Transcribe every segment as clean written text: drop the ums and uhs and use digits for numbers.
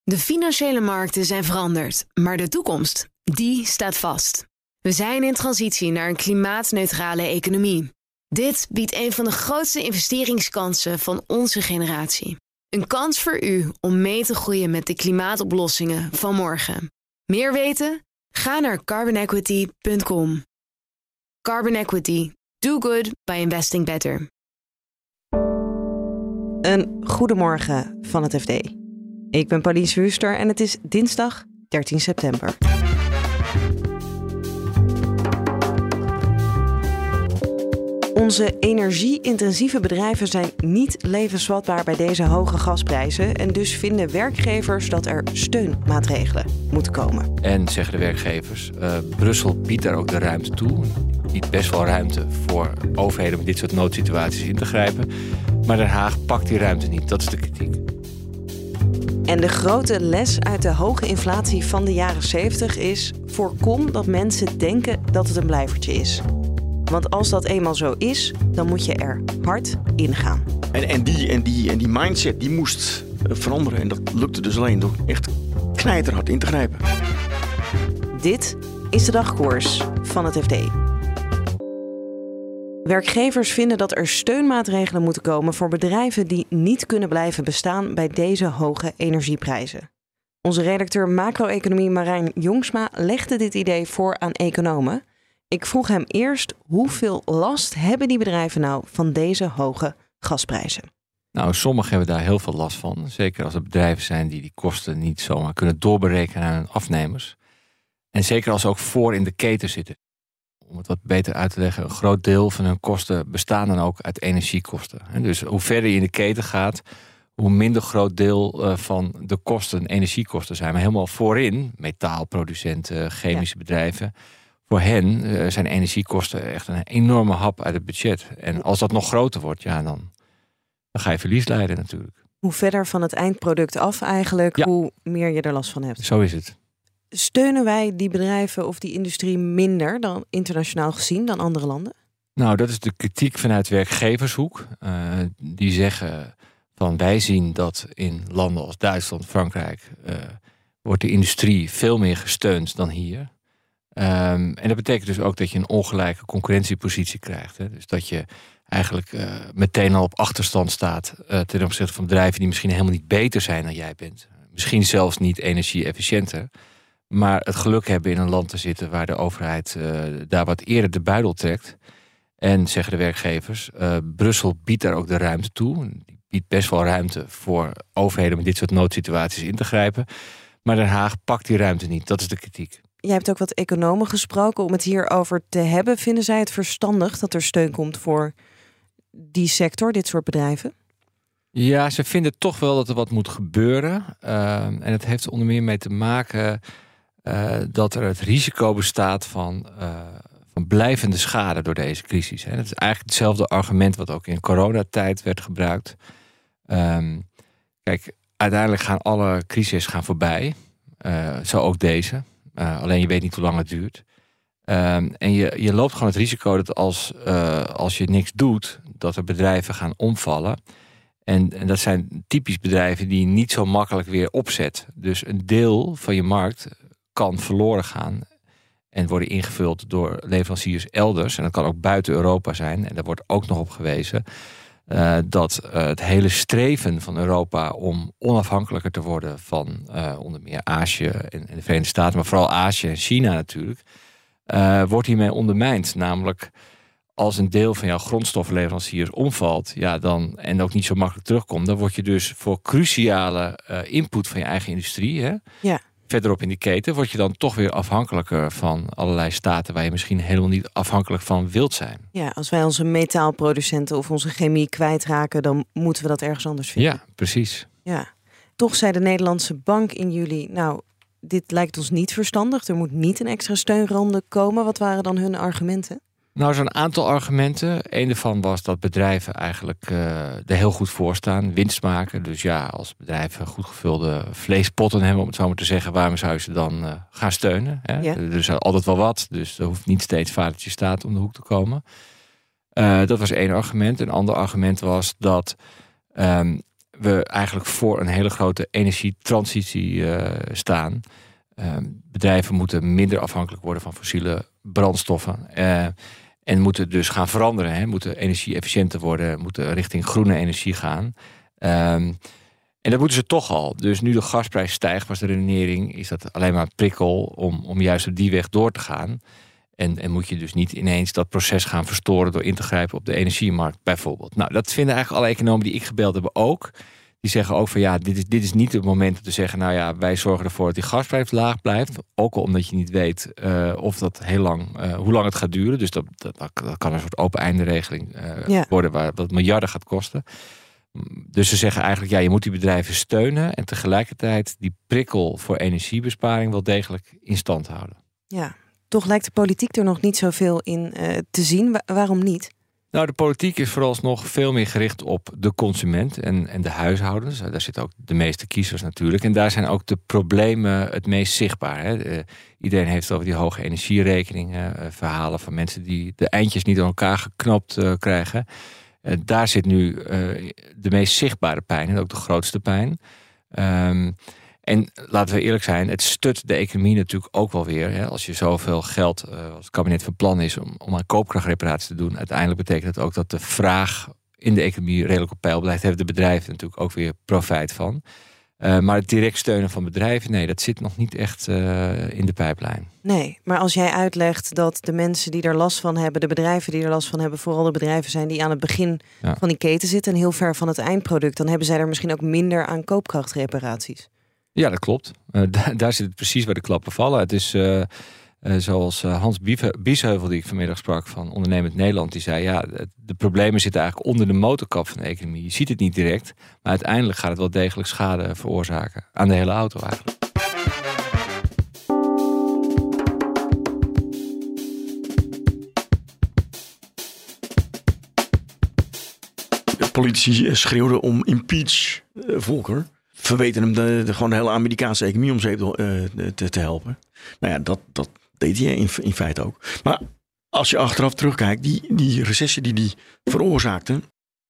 De financiële markten zijn veranderd, maar de toekomst, die staat vast. We zijn in transitie naar een klimaatneutrale economie. Dit biedt een van de grootste investeringskansen van onze generatie. Een kans voor u om mee te groeien met de klimaatoplossingen van morgen. Meer weten? Ga naar carbonequity.com. Carbon Equity. Do good by investing better. Een goedemorgen van het FD. Ik ben Pauline Swuster en het is dinsdag 13 september. Onze energie-intensieve bedrijven zijn niet levensvatbaar bij deze hoge gasprijzen. En dus vinden werkgevers dat er steunmaatregelen moeten komen. En zeggen de werkgevers, Brussel biedt daar ook de ruimte toe. Biedt best wel ruimte voor overheden om in dit soort noodsituaties in te grijpen. Maar Den Haag pakt die ruimte niet. Dat is de kritiek. En de grote les uit de hoge inflatie van de jaren 70 is: voorkom dat mensen denken dat het een blijvertje is. Want als dat eenmaal zo is, dan moet je er hard in gaan. En die mindset die moest veranderen. En dat lukte dus alleen door echt knijterhard in te grijpen. Dit is de dagkoers van het FD. Werkgevers vinden dat er steunmaatregelen moeten komen voor bedrijven die niet kunnen blijven bestaan bij deze hoge energieprijzen. Onze redacteur macro-economie Marijn Jongsma legde dit idee voor aan economen. Ik vroeg hem eerst, hoeveel last hebben die bedrijven nou van deze hoge gasprijzen? Nou, sommigen hebben daar heel veel last van. Zeker als er bedrijven zijn die kosten niet zomaar kunnen doorberekenen aan hun afnemers. En zeker als ze ook voor in de keten zitten. Om het wat beter uit te leggen, een groot deel van hun kosten bestaan dan ook uit energiekosten. Dus hoe verder je in de keten gaat, hoe minder groot deel van de kosten energiekosten zijn. Maar helemaal voorin, metaalproducenten, chemische bedrijven, voor hen zijn energiekosten echt een enorme hap uit het budget. En als dat nog groter wordt, ja, dan ga je verlies lijden natuurlijk. Hoe verder van het eindproduct af eigenlijk, hoe meer je er last van hebt. Zo is het. Steunen wij die bedrijven of die industrie minder dan internationaal gezien dan andere landen? Nou, dat is de kritiek vanuit werkgevershoek. Die zeggen van wij zien dat in landen als Duitsland, Frankrijk, wordt de industrie veel meer gesteund dan hier. En dat betekent dus ook dat je een ongelijke concurrentiepositie krijgt. Hè? Dus dat je eigenlijk meteen al op achterstand staat ten opzichte van bedrijven die misschien helemaal niet beter zijn dan jij bent. Misschien zelfs niet energie-efficiënter. Maar het geluk hebben in een land te zitten waar de overheid daar wat eerder de buidel trekt. En zeggen de werkgevers, Brussel biedt daar ook de ruimte toe. Die biedt best wel ruimte voor overheden om in dit soort noodsituaties in te grijpen. Maar Den Haag pakt die ruimte niet. Dat is de kritiek. Jij hebt ook wat economen gesproken om het hierover te hebben. Vinden zij het verstandig dat er steun komt voor die sector, dit soort bedrijven? Ja, ze vinden toch wel dat er wat moet gebeuren. En het heeft er onder meer mee te maken dat er het risico bestaat van blijvende schade door deze crisis. Dat is eigenlijk hetzelfde argument wat ook in coronatijd werd gebruikt. Kijk, uiteindelijk gaan alle crises voorbij. Zo ook deze. Alleen je weet niet hoe lang het duurt. En je loopt gewoon het risico dat als je niks doet, dat er bedrijven gaan omvallen. En dat zijn typisch bedrijven die je niet zo makkelijk weer opzet. Dus een deel van je markt kan verloren gaan en worden ingevuld door leveranciers elders. En dat kan ook buiten Europa zijn. En daar wordt ook nog op gewezen dat het hele streven van Europa om onafhankelijker te worden van onder meer Azië en de Verenigde Staten, maar vooral Azië en China natuurlijk, wordt hiermee ondermijnd. Namelijk, als een deel van jouw grondstoffenleveranciers omvalt, ja, dan, en ook niet zo makkelijk terugkomt, dan word je dus voor cruciale input van je eigen industrie, hè, verderop in die keten, word je dan toch weer afhankelijker van allerlei staten waar je misschien helemaal niet afhankelijk van wilt zijn. Ja, als wij onze metaalproducenten of onze chemie kwijtraken, dan moeten we dat ergens anders vinden. Ja, precies. Ja. Toch zei de Nederlandse Bank in juli, nou, dit lijkt ons niet verstandig. Er moet niet een extra steunronde komen. Wat waren dan hun argumenten? Nou, zo'n aantal argumenten. Eén daarvan was dat bedrijven eigenlijk er heel goed voor staan, winst maken. Dus ja, als bedrijven goed gevulde vleespotten hebben, om het zo maar te zeggen, waarom zou je ze dan gaan steunen? Hè? Ja. Er is altijd wel wat, dus er hoeft niet steeds vadertje staat om de hoek te komen. Dat was één argument. Een ander argument was dat we eigenlijk voor een hele grote energietransitie staan. Bedrijven moeten minder afhankelijk worden van fossiele brandstoffen. En moeten dus gaan veranderen. Hè? Moeten energie-efficiënter worden. Moeten richting groene energie gaan. En dat moeten ze toch al. Dus nu de gasprijs stijgt, was de redenering, is dat alleen maar een prikkel om juist op die weg door te gaan. En moet je dus niet ineens dat proces gaan verstoren door in te grijpen op de energiemarkt bijvoorbeeld. Nou, dat vinden eigenlijk alle economen die ik gebeld heb ook. Die zeggen ook van ja, dit is niet het moment om te zeggen, nou ja, wij zorgen ervoor dat die gasprijs laag blijft. Ook al omdat je niet weet of dat heel lang, hoe lang het gaat duren. Dus dat kan een soort open einde regeling worden waar dat miljarden gaat kosten. Dus ze zeggen eigenlijk, ja, je moet die bedrijven steunen en tegelijkertijd die prikkel voor energiebesparing wel degelijk in stand houden. Ja, toch lijkt de politiek er nog niet zoveel in te zien. Waarom niet? Nou, de politiek is vooralsnog veel meer gericht op de consument en de huishoudens. Daar zitten ook de meeste kiezers natuurlijk. En daar zijn ook de problemen het meest zichtbaar. Hè. Iedereen heeft het over die hoge energierekeningen. Verhalen van mensen die de eindjes niet aan elkaar geknopt krijgen. Daar zit nu de meest zichtbare pijn en ook de grootste pijn. En laten we eerlijk zijn, het stut de economie natuurlijk ook wel weer. Hè. Als je zoveel geld als het kabinet van plan is om aan koopkrachtreparatie te doen, uiteindelijk betekent dat ook dat de vraag in de economie redelijk op peil blijft. Hebben de bedrijven natuurlijk ook weer profijt van. Maar het direct steunen van bedrijven, nee, dat zit nog niet echt in de pijplijn. Nee, maar als jij uitlegt dat de mensen die er last van hebben, de bedrijven die er last van hebben, vooral de bedrijven zijn die aan het begin van die keten zitten en heel ver van het eindproduct, dan hebben zij er misschien ook minder aan koopkrachtreparaties. Ja, dat klopt. Daar zit het precies waar de klappen vallen. Het is zoals Hans Biesheuvel, die ik vanmiddag sprak van Ondernemend Nederland, die zei, ja, de problemen zitten eigenlijk onder de motorkap van de economie. Je ziet het niet direct, maar uiteindelijk gaat het wel degelijk schade veroorzaken aan de hele auto eigenlijk. De politici schreeuwden om impeach Volcker. Verweten hem gewoon de hele Amerikaanse economie om zeep te helpen. Nou ja, dat deed hij in feite ook. Maar als je achteraf terugkijkt, die recessie die hij veroorzaakte,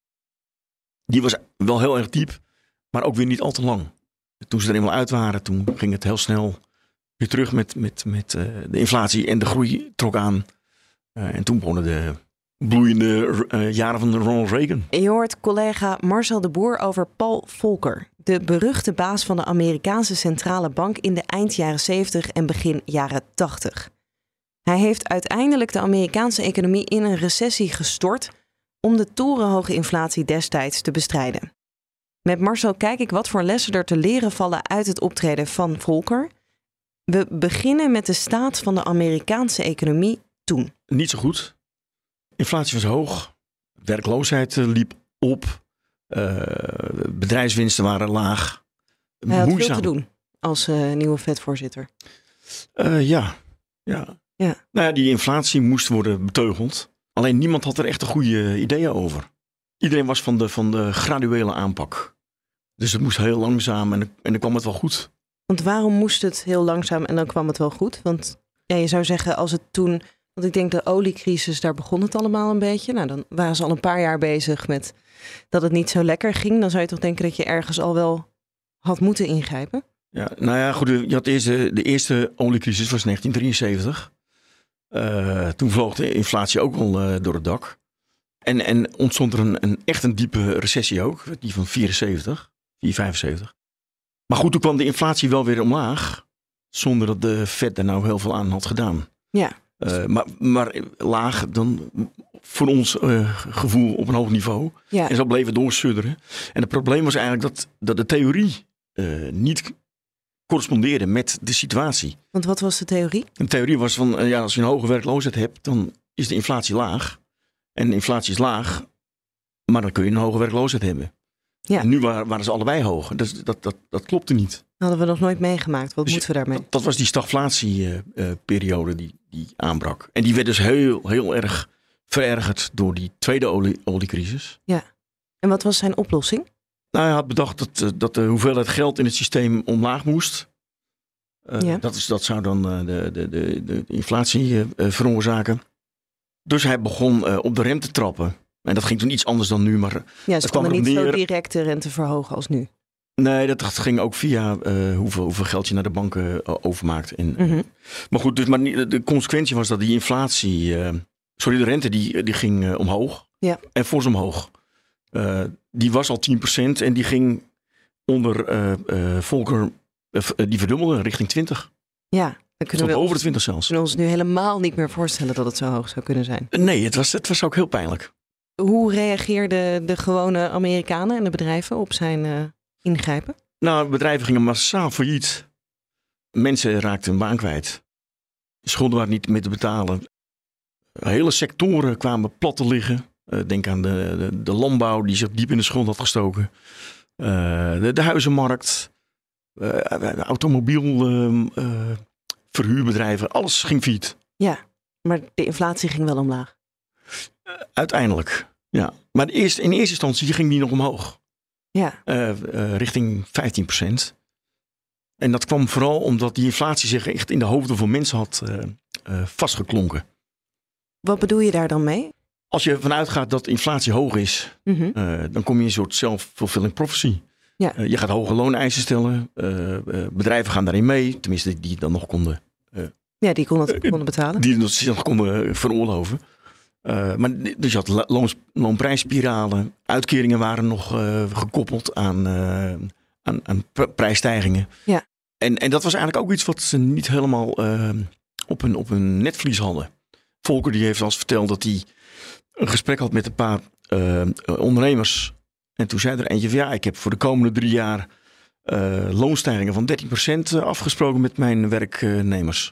die was wel heel erg diep, maar ook weer niet al te lang. Toen ze er eenmaal uit waren, toen ging het heel snel weer terug met de inflatie en de groei trok aan. En toen begonnen de bloeiende jaren van Ronald Reagan. Je hoort collega Marcel de Boer over Paul Volcker, de beruchte baas van de Amerikaanse centrale bank in de eind jaren 70 en begin jaren 80. Hij heeft uiteindelijk de Amerikaanse economie in een recessie gestort om de torenhoge inflatie destijds te bestrijden. Met Marcel kijk ik wat voor lessen er te leren vallen uit het optreden van Volcker. We beginnen met de staat van de Amerikaanse economie toen. Niet zo goed. Inflatie was hoog. Werkloosheid liep op. Bedrijfswinsten waren laag. Hij had veel te doen als nieuwe Fed-voorzitter. Ja. Nou ja, die inflatie moest worden beteugeld. Alleen niemand had er echt een goede ideeën over. Iedereen was van de graduele aanpak. Dus het moest heel langzaam en dan kwam het wel goed. Want waarom moest het heel langzaam en dan kwam het wel goed? Want ja, je zou zeggen als het toen, want ik denk de oliecrisis, daar begon het allemaal een beetje. Nou, dan waren ze al een paar jaar bezig met dat het niet zo lekker ging. Dan zou je toch denken dat je ergens al wel had moeten ingrijpen? Ja, nou ja, goed. Je had de eerste oliecrisis was 1973. Toen vloog de inflatie ook al door het dak. En ontstond er echt een diepe recessie ook. Die van 75. Maar goed, toen kwam de inflatie wel weer omlaag. Zonder dat de Fed er nou heel veel aan had gedaan. Ja. Maar laag dan voor ons gevoel op een hoog niveau. Ja. En zo bleven doorsudderen. En het probleem was eigenlijk dat de theorie niet correspondeerde met de situatie. Want wat was de theorie? De theorie was van, als je een hoge werkloosheid hebt, dan is de inflatie laag. En de inflatie is laag, maar dan kun je een hoge werkloosheid hebben. Ja. En nu waren ze allebei hoog. Dat klopte niet. Hadden we nog nooit meegemaakt. Wat moeten we daarmee? Dat was die stagflatieperiode die aanbrak. En die werd dus heel, heel erg verergerd door die tweede oliecrisis. Ja. En wat was zijn oplossing? Nou, hij had bedacht dat de hoeveelheid geld in het systeem omlaag moest. Dat zou dan de inflatie veroorzaken. Dus hij begon op de rem te trappen. En dat ging toen iets anders dan nu. Maar ja, ze konden niet zo direct de rente verhogen als nu. Nee, dat ging ook via hoeveel geld je naar de banken overmaakt. Maar goed, de consequentie was dat die inflatie... de rente die ging omhoog. Ja. En fors omhoog. Die was al 10% en die ging onder Volcker... die verdubbelde richting 20. Ja, dan kunnen we over de 20 zelfs. We kunnen ons nu helemaal niet meer voorstellen dat het zo hoog zou kunnen zijn. Nee, het was ook heel pijnlijk. Hoe reageerden de gewone Amerikanen en de bedrijven op zijn ingrijpen? Nou, bedrijven gingen massaal failliet. Mensen raakten hun baan kwijt. Schulden waren niet meer te betalen. Hele sectoren kwamen plat te liggen. Denk aan de landbouw die zich diep in de schuld had gestoken. De huizenmarkt. Automobielverhuurbedrijven. Alles ging failliet. Ja, maar de inflatie ging wel omlaag. Uiteindelijk, ja. Maar in eerste instantie ging die nog omhoog. Ja. Richting 15%. En dat kwam vooral omdat die inflatie zich echt in de hoofden van mensen had vastgeklonken. Wat bedoel je daar dan mee? Als je vanuit gaat dat inflatie hoog is, dan kom je in een soort self-fulfilling prophecy. Ja. Je gaat hoge looneisen stellen. Bedrijven gaan daarin mee. Tenminste, die dan nog konden... die konden betalen. Die dat zich nog konden veroorloven. Dus je had loonprijsspiralen. Uitkeringen waren nog gekoppeld aan prijsstijgingen. Ja. En dat was eigenlijk ook iets wat ze niet helemaal op hun netvlies hadden. Volcker die heeft als verteld dat hij een gesprek had met een paar ondernemers. En toen zei er eentje van ik heb voor de komende 3 jaar loonstijgingen van 13% afgesproken met mijn werknemers.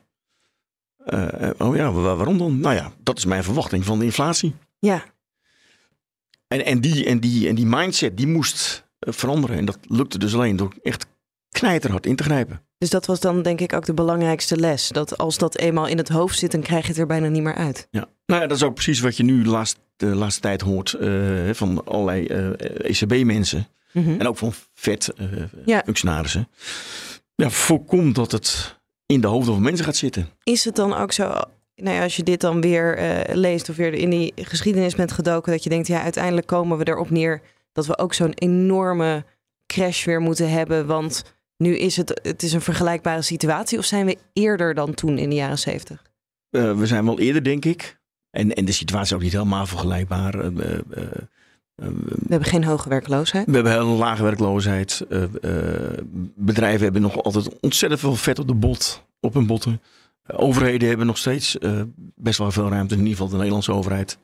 Waarom dan? Nou ja, dat is mijn verwachting van de inflatie. Ja. En die mindset die moest veranderen. En dat lukte dus alleen door echt knijterhard in te grijpen. Dus dat was dan denk ik ook de belangrijkste les. Dat als dat eenmaal in het hoofd zit, dan krijg je het er bijna niet meer uit. Ja. Nou ja, dat is ook precies wat je nu de laatste tijd hoort van allerlei ECB-mensen. En ook van Fed-functionarissen. Ja, voorkom dat het in de hoofden van mensen gaat zitten. Is het dan ook zo, als je dit dan weer leest of weer in die geschiedenis bent gedoken, dat je denkt, uiteindelijk komen we erop neer dat we ook zo'n enorme crash weer moeten hebben, want nu is het is een vergelijkbare situatie, of zijn we eerder dan toen in de jaren 70? We zijn wel eerder, denk ik. En de situatie is ook niet helemaal vergelijkbaar. We hebben geen hoge werkloosheid. We hebben heel lage werkloosheid. Bedrijven hebben nog altijd ontzettend veel vet op hun botten. Overheden hebben nog steeds best wel veel ruimte. In ieder geval de Nederlandse overheid.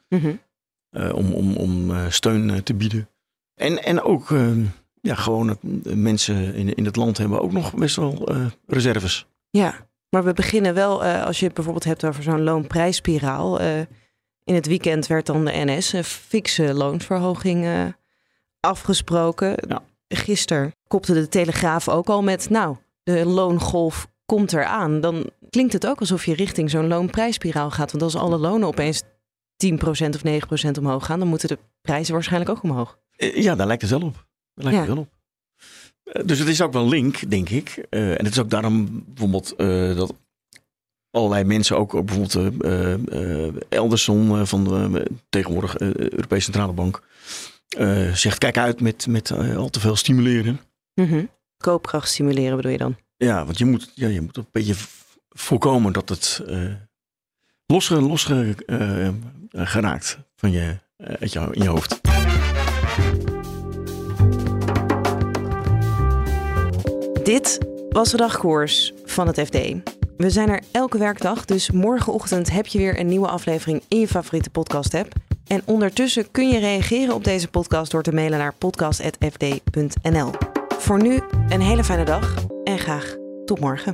Om steun te bieden. En ook gewoon mensen in het land hebben ook nog best wel reserves. Ja, maar we beginnen wel, als je het bijvoorbeeld hebt over zo'n loonprijsspiraal. In het weekend werd dan de NS een fikse loonsverhoging afgesproken. Ja. Gisteren kopte de Telegraaf ook al met, de loongolf komt eraan. Dan klinkt het ook alsof je richting zo'n loonprijsspiraal gaat. Want als alle lonen opeens 10% of 9% omhoog gaan, dan moeten de prijzen waarschijnlijk ook omhoog. Ja, daar lijkt het wel op. Dus het is ook wel link, denk ik. En het is ook daarom bijvoorbeeld dat allerlei mensen, ook bijvoorbeeld Elderson van de tegenwoordig Europese Centrale Bank, zegt kijk uit met al te veel stimuleren. Koopkracht stimuleren bedoel je dan? Ja, want je moet een beetje voorkomen dat het geraakt van in je hoofd. Dit was de dagkoers van het FD. We zijn er elke werkdag, dus morgenochtend heb je weer een nieuwe aflevering in je favoriete podcast-app. En ondertussen kun je reageren op deze podcast door te mailen naar podcast@fd.nl. Voor nu een hele fijne dag en graag tot morgen.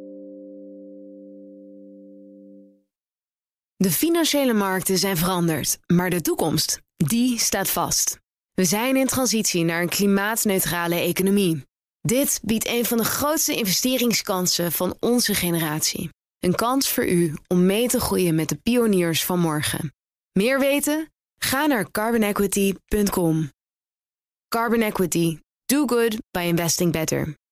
De financiële markten zijn veranderd, maar de toekomst, die staat vast. We zijn in transitie naar een klimaatneutrale economie. Dit biedt een van de grootste investeringskansen van onze generatie. Een kans voor u om mee te groeien met de pioniers van morgen. Meer weten? Ga naar carbonequity.com. Carbon Equity. Do good by investing better.